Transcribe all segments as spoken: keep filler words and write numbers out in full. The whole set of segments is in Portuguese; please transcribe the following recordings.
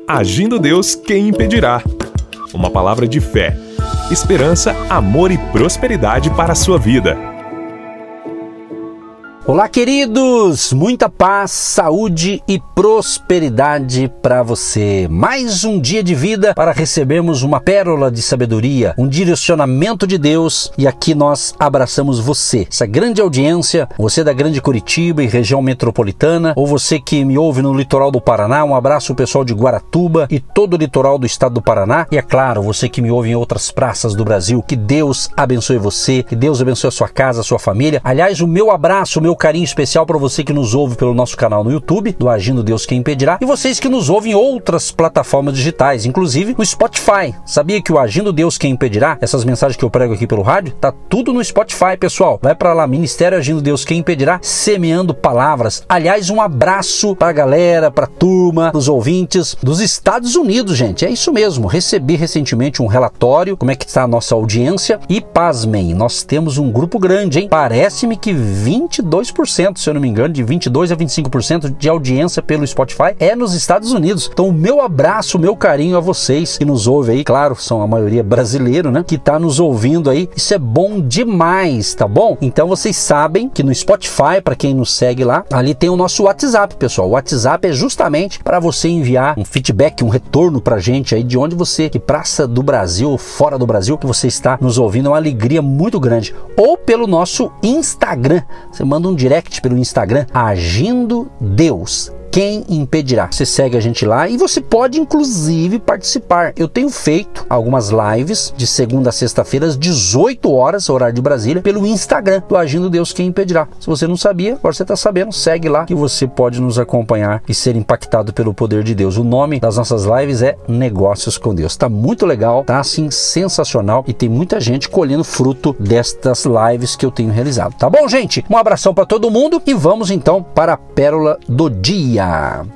Agindo Deus, quem impedirá? Uma palavra de fé, esperança, amor e prosperidade para a sua vida. Olá, queridos! Muita paz, saúde e prosperidade para você. Mais um dia de vida para recebermos uma pérola de sabedoria, um direcionamento de Deus, e aqui nós abraçamos você, essa grande audiência, você da Grande Curitiba e região metropolitana, ou você que me ouve no litoral do Paraná. Um abraço ao pessoal de Guaratuba e todo o litoral do estado do Paraná, e é claro, você que me ouve em outras praças do Brasil. Que Deus abençoe você, que Deus abençoe a sua casa, a sua família. Aliás, o meu abraço, o meu carinho especial para você que nos ouve pelo nosso canal no YouTube, do Agindo Deus Quem Impedirá, e vocês que nos ouvem em outras plataformas digitais, inclusive no Spotify. Sabia que o Agindo Deus Quem Impedirá, essas mensagens que eu prego aqui pelo rádio, tá tudo no Spotify, pessoal. Vai para lá, Ministério Agindo Deus Quem Impedirá, semeando palavras. Aliás, um abraço para a galera, para a turma, para os ouvintes dos Estados Unidos, gente. É isso mesmo. Recebi recentemente um relatório, como é que está a nossa audiência, e pasmem, nós temos um grupo grande, hein? Parece-me que vinte e dois por cento, se eu não me engano, de vinte e dois a vinte e cinco por cento de audiência pelo Spotify é nos Estados Unidos. Então, o meu abraço, o meu carinho a vocês que nos ouvem aí, claro, são a maioria brasileiro, né? Que tá nos ouvindo aí. Isso é bom demais, tá bom? Então, vocês sabem que no Spotify, para quem nos segue lá, ali tem o nosso WhatsApp, pessoal. O WhatsApp é justamente para você enviar um feedback, um retorno pra gente aí de onde você, que praça do Brasil, fora do Brasil, que você está nos ouvindo. É uma alegria muito grande. Ou pelo nosso Instagram. Você manda um direct pelo Instagram, Agindo Deus Quem Impedirá. Você segue a gente lá e você pode inclusive participar. Eu tenho feito algumas lives de segunda a sexta-feira às dezoito horas, horário de Brasília, pelo Instagram do Agindo Deus Quem Impedirá. Se você não sabia, agora você está sabendo, segue lá que você pode nos acompanhar e ser impactado pelo poder de Deus. O nome das nossas lives é Negócios com Deus. Tá muito legal, tá assim sensacional, e tem muita gente colhendo fruto destas lives que eu tenho realizado. Tá bom, gente? Um abração para todo mundo e vamos então para a pérola do dia.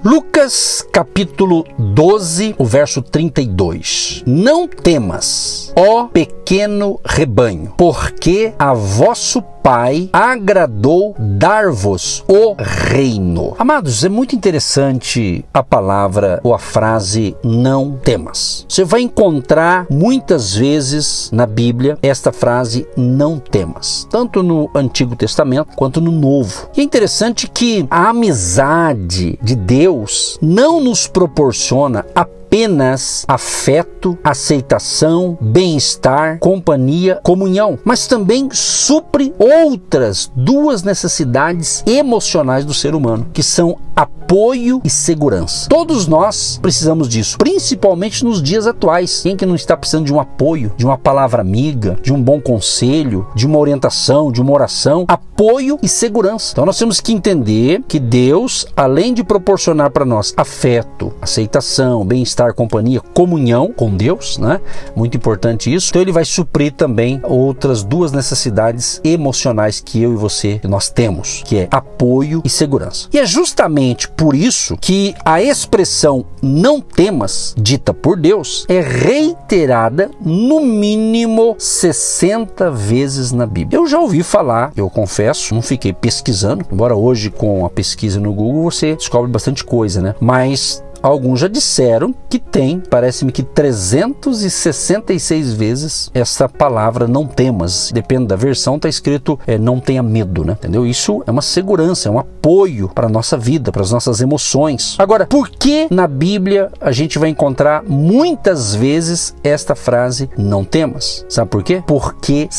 Lucas capítulo doze, o verso trinta e dois. Não temas, ó pequeno rebanho, porque a vosso Pai agradou dar-vos o reino. Amados, é muito interessante a palavra ou a frase não temas. Você vai encontrar muitas vezes na Bíblia esta frase não temas, tanto no Antigo Testamento quanto no Novo. E é interessante que a amizade de Deus não nos proporciona apenas apenas afeto, aceitação, bem-estar, companhia, comunhão, mas também supre outras duas necessidades emocionais do ser humano, que são apoio e segurança. Todos nós precisamos disso, principalmente nos dias atuais. Quem que não está precisando de um apoio, de uma palavra amiga, de um bom conselho, de uma orientação, de uma oração? Apoio e segurança. Então nós temos que entender que Deus, além de proporcionar para nós afeto, aceitação, bem-estar, companhia, comunhão com Deus, né? Muito importante isso. Então ele vai suprir também outras duas necessidades emocionais que eu e você, que nós temos, que é apoio e segurança. E é justamente por isso que a expressão não temas, dita por Deus, é reiterada no mínimo sessenta vezes na Bíblia. Eu já ouvi falar, eu confesso, não fiquei pesquisando, embora hoje com a pesquisa no Google você descobre bastante coisa, né? Mas alguns já disseram que tem, parece-me que trezentas e sessenta e seis vezes essa palavra não temas. Depende da versão, está escrito é, não tenha medo, né? Entendeu? Isso é uma segurança, é um apoio para a nossa vida, para as nossas emoções. Agora, por que na Bíblia a gente vai encontrar muitas vezes esta frase não temas? Sabe por quê? Porque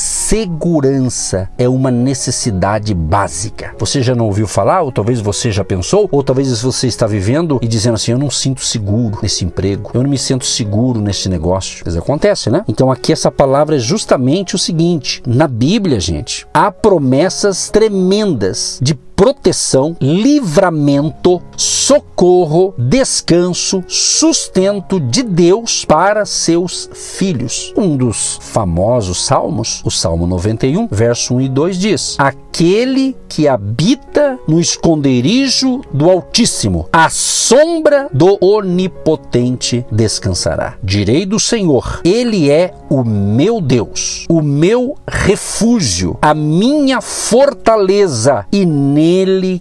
segurança é uma necessidade básica. Você já não ouviu falar, ou talvez você já pensou, ou talvez você está vivendo e dizendo assim, eu não sinto seguro nesse emprego, eu não me sinto seguro nesse negócio. Mas acontece, né? Então aqui essa palavra é justamente o seguinte: na Bíblia, gente, há promessas tremendas de proteção, livramento, socorro, descanso, sustento de Deus para seus filhos. Um dos famosos salmos, o Salmo noventa e um, verso um e dois diz: aquele que habita no esconderijo do Altíssimo, à sombra do Onipotente descansará. Direi do Senhor, Ele é o meu Deus, o meu refúgio, a minha fortaleza, e nele nele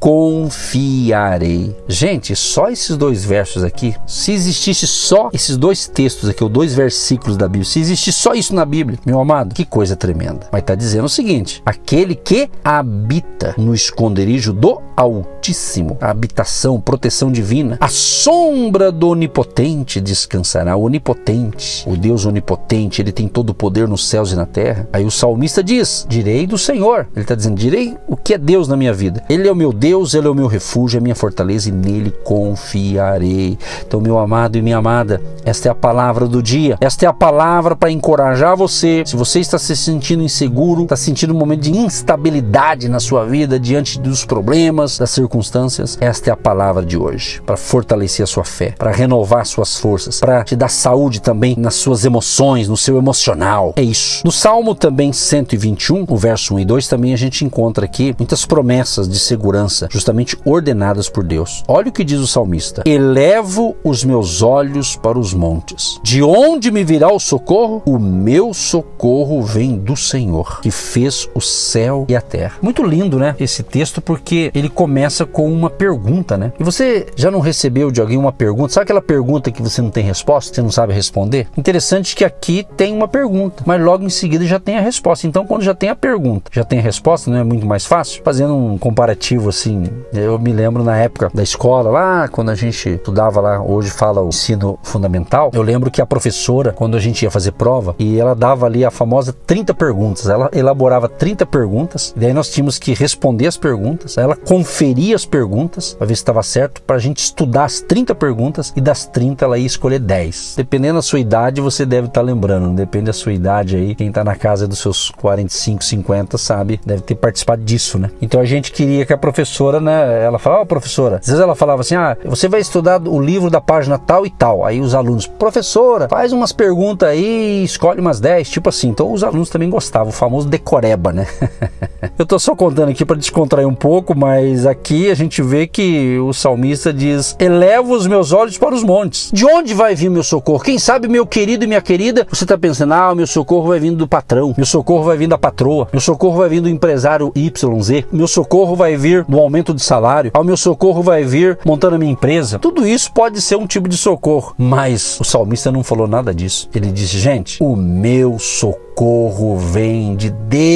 confiarei. Gente, só esses dois versos aqui, se existisse só esses dois textos aqui, ou dois versículos da Bíblia, se existisse só isso na Bíblia, meu amado, que coisa tremenda. Mas está dizendo o seguinte: aquele que habita no esconderijo do Altíssimo, a habitação, proteção divina, a sombra do Onipotente descansará. O Onipotente, o Deus Onipotente, ele tem todo o poder nos céus e na terra. Aí o salmista diz: direi do Senhor. Ele está dizendo: direi o que é Deus na minha vida. Ele é o meu Deus, ele é o meu refúgio, é a minha fortaleza, e nele confiarei. Então, meu amado e minha amada, esta é a palavra do dia. Esta é a palavra para encorajar você. Se você está se sentindo inseguro, está sentindo um momento de instabilidade na sua vida, diante dos problemas, das circunstâncias, esta é a palavra de hoje, para fortalecer a sua fé, para renovar suas forças, para te dar saúde também nas suas emoções, no seu emocional. É isso. No Salmo também cento e vinte e um, o verso um e dois, também a gente encontra aqui muitas promessas de segurança, justamente ordenadas por Deus. Olha o que diz o salmista: elevo os meus olhos para os montes. De onde me virá o socorro? O meu socorro vem do Senhor, que fez o céu e a terra. Muito lindo, né? Esse texto, porque ele começa com uma pergunta, né? E você já não recebeu de alguém uma pergunta? Sabe aquela pergunta que você não tem resposta, que você não sabe responder? Interessante que aqui tem uma pergunta, mas logo em seguida já tem a resposta. Então, quando já tem a pergunta, já tem a resposta, não é muito mais fácil? Fazendo um comparativo assim, eu me lembro na época da escola, lá quando a gente estudava lá, hoje fala o ensino fundamental, eu lembro que a professora, quando a gente ia fazer prova, e ela dava ali a famosa trinta perguntas, ela elaborava trinta perguntas, e daí nós tínhamos que responder as perguntas, ela conferia as perguntas para ver se estava certo, para a gente estudar as trinta perguntas, e das trinta ela ia escolher dez. Dependendo da sua idade, você deve estar lembrando, não depende da sua idade aí, quem está na casa dos seus quarenta e cinco, cinquenta sabe, deve ter participado disso, né? Então a gente queria que a professora, né, ela falava: ó, professora, às vezes ela falava assim: ah, você vai estudar o livro da página tal e tal. Aí os alunos: professora, faz umas perguntas aí, escolhe umas dez, tipo assim. Então os alunos também gostavam, o famoso decoreba, né? Eu tô só contando aqui para descontrair um pouco, mas aqui a gente vê que o salmista diz: elevo os meus olhos para os montes. De onde vai vir meu socorro? Quem sabe, meu querido e minha querida, você tá pensando: ah, o meu socorro vai vir do patrão, meu socorro vai vir da patroa, meu socorro vai vir do empresário Y Z, meu socorro vai vir do aumento de salário, ah, o meu socorro vai vir montando a minha empresa. Tudo isso pode ser um tipo de socorro, mas o salmista não falou nada disso. Ele disse: gente, o meu socorro socorro vem de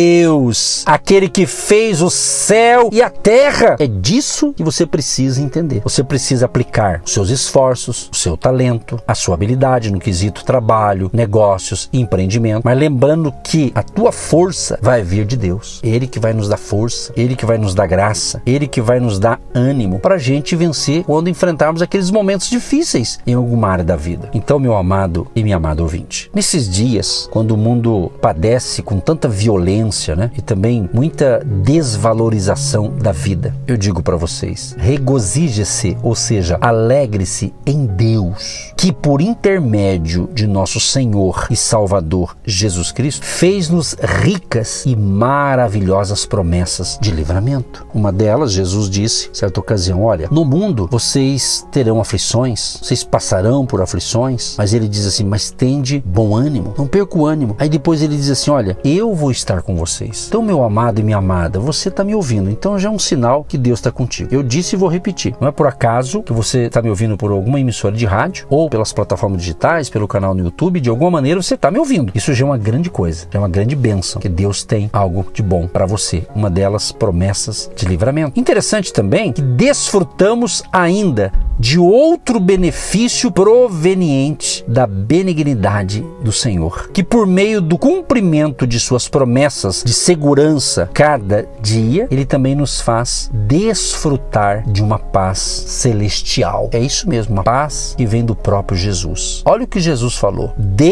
Deus, aquele que fez o céu e a terra. É disso que você precisa entender. Você precisa aplicar os seus esforços, o seu talento, a sua habilidade no quesito trabalho, negócios, empreendimento, mas lembrando que a tua força vai vir de Deus. Ele que vai nos dar força, Ele que vai nos dar graça, Ele que vai nos dar ânimo para a gente vencer quando enfrentarmos aqueles momentos difíceis em alguma área da vida. Então, meu amado e minha amada ouvinte, nesses dias, quando o mundo padece com tanta violência, né, e também muita desvalorização da vida, eu digo para vocês: regozije-se, ou seja, alegre-se em Deus, que por intermédio de nosso Senhor e Salvador Jesus Cristo fez-nos ricas e maravilhosas promessas de livramento. Uma delas, Jesus disse certa ocasião: olha, no mundo vocês terão aflições, vocês passarão por aflições, mas ele diz assim: mas tende bom ânimo, não perca o ânimo. Aí depois ele diz assim: olha, eu vou estar com vocês. Então, meu amado e minha amada, você está me ouvindo, então já é um sinal que Deus está contigo. Eu disse e vou repetir: não é por acaso que você está me ouvindo por alguma emissora de rádio, ou pelas plataformas digitais, pelo canal no YouTube, de alguma maneira você está me ouvindo. Isso já é uma grande coisa, já é uma grande bênção, que Deus tem algo de bom para você. Uma delas, promessas de livramento. Interessante também que desfrutamos ainda de outro benefício proveniente da benignidade do Senhor, que por meio do cumprimento de suas promessas de segurança cada dia, Ele também nos faz desfrutar de uma paz celestial. É isso mesmo, uma paz que vem do próprio Jesus. Olha o que Jesus falou: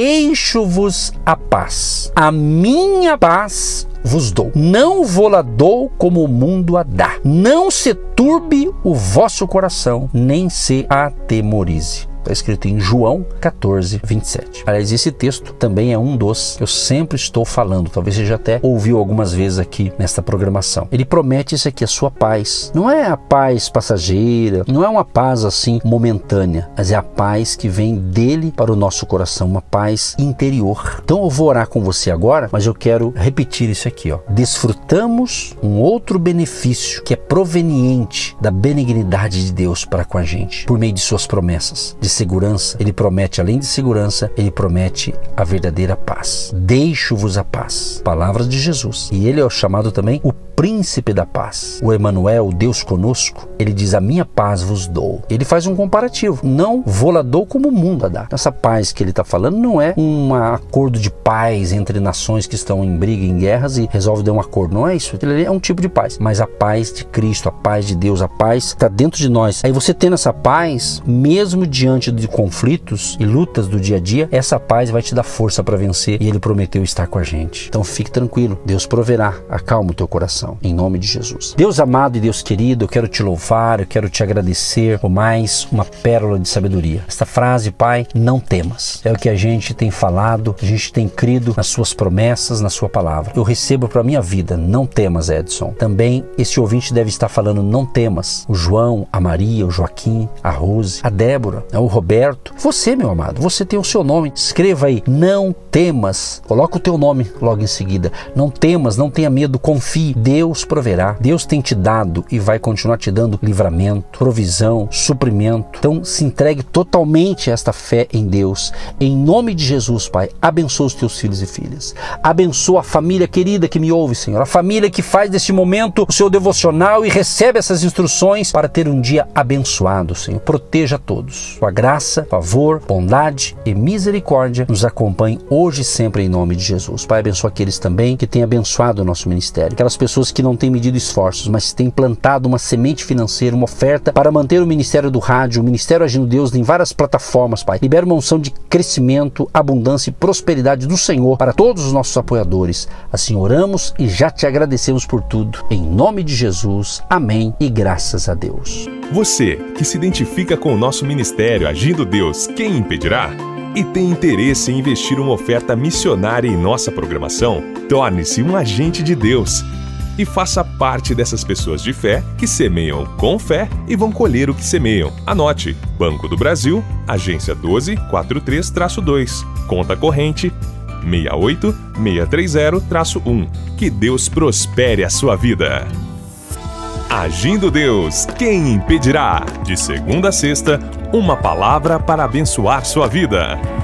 deixo-vos a paz, a minha paz vos dou. Não vou-la dou como o mundo a dá. Não se turbe o vosso coração, nem se atemorize. Está escrito em João quatorze, vinte e sete. Aliás, esse texto também é um dos que eu sempre estou falando. Talvez você já até ouviu algumas vezes aqui nesta programação. Ele promete isso aqui, a sua paz. Não é a paz passageira, não é uma paz assim momentânea, mas é a paz que vem dele para o nosso coração, uma paz interior. Então eu vou orar com você agora, mas eu quero repetir isso aqui, ó. Desfrutamos um outro benefício que é proveniente da benignidade de Deus para com a gente, por meio de suas promessas de segurança. Ele promete, além de segurança, ele promete a verdadeira paz. Deixo-vos a paz. Palavras de Jesus. E ele é chamado também o príncipe da paz. O Emanuel, o Deus conosco, ele diz: a minha paz vos dou. Ele faz um comparativo. Não vou-la dou como o mundo a dá. Essa paz que ele está falando não é um acordo de paz entre nações que estão em briga, em guerras e resolve dar um acordo. Não é isso. Ele é um tipo de paz. Mas a paz de Cristo, a paz de Deus, a paz está dentro de nós. Aí você tendo essa paz, mesmo diante de conflitos e lutas do dia a dia, essa paz vai te dar força para vencer, e ele prometeu estar com a gente. Então fique tranquilo. Deus proverá. Acalma o teu coração. Em nome de Jesus. Deus amado e Deus querido, eu quero te louvar, eu quero te agradecer por mais uma pérola de sabedoria. Esta frase, Pai, não temas. É o que a gente tem falado, a gente tem crido nas suas promessas, na sua palavra. Eu recebo para a minha vida, não temas, Edson. Também esse ouvinte deve estar falando, não temas. O João, a Maria, o Joaquim, a Rose, a Débora, o Roberto. Você, meu amado, você tem o seu nome. Escreva aí, não temas. Coloca o teu nome logo em seguida. Não temas, não tenha medo, confie. Deus proverá. Deus tem te dado e vai continuar te dando livramento, provisão, suprimento. Então se entregue totalmente a esta fé em Deus. Em nome de Jesus, Pai, abençoa os teus filhos e filhas. Abençoa a família querida que me ouve, Senhor. A família que faz deste momento o seu devocional e recebe essas instruções para ter um dia abençoado, Senhor. Proteja a todos. Sua graça, favor, bondade e misericórdia nos acompanhe hoje e sempre em nome de Jesus. Pai, abençoa aqueles também que têm abençoado o nosso ministério. Aquelas pessoas que não têm medido esforços, mas têm plantado uma semente financeira, uma oferta para manter o ministério do rádio, o ministério Agindo Deus em várias plataformas, Pai. Libera uma unção de crescimento, abundância e prosperidade do Senhor para todos os nossos apoiadores. Assim oramos e já te agradecemos por tudo. Em nome de Jesus. Amém e graças a Deus. Você que se identifica com o nosso ministério Agindo Deus, quem impedirá? E tem interesse em investir uma oferta missionária em nossa programação? Torne-se um agente de Deus e faça parte dessas pessoas de fé que semeiam com fé e vão colher o que semeiam. Anote: Banco do Brasil, agência doze quarenta e três dois, conta corrente seis oito seis três zero um. Que Deus prospere a sua vida. Agindo Deus, quem impedirá? De segunda a sexta, uma palavra para abençoar sua vida.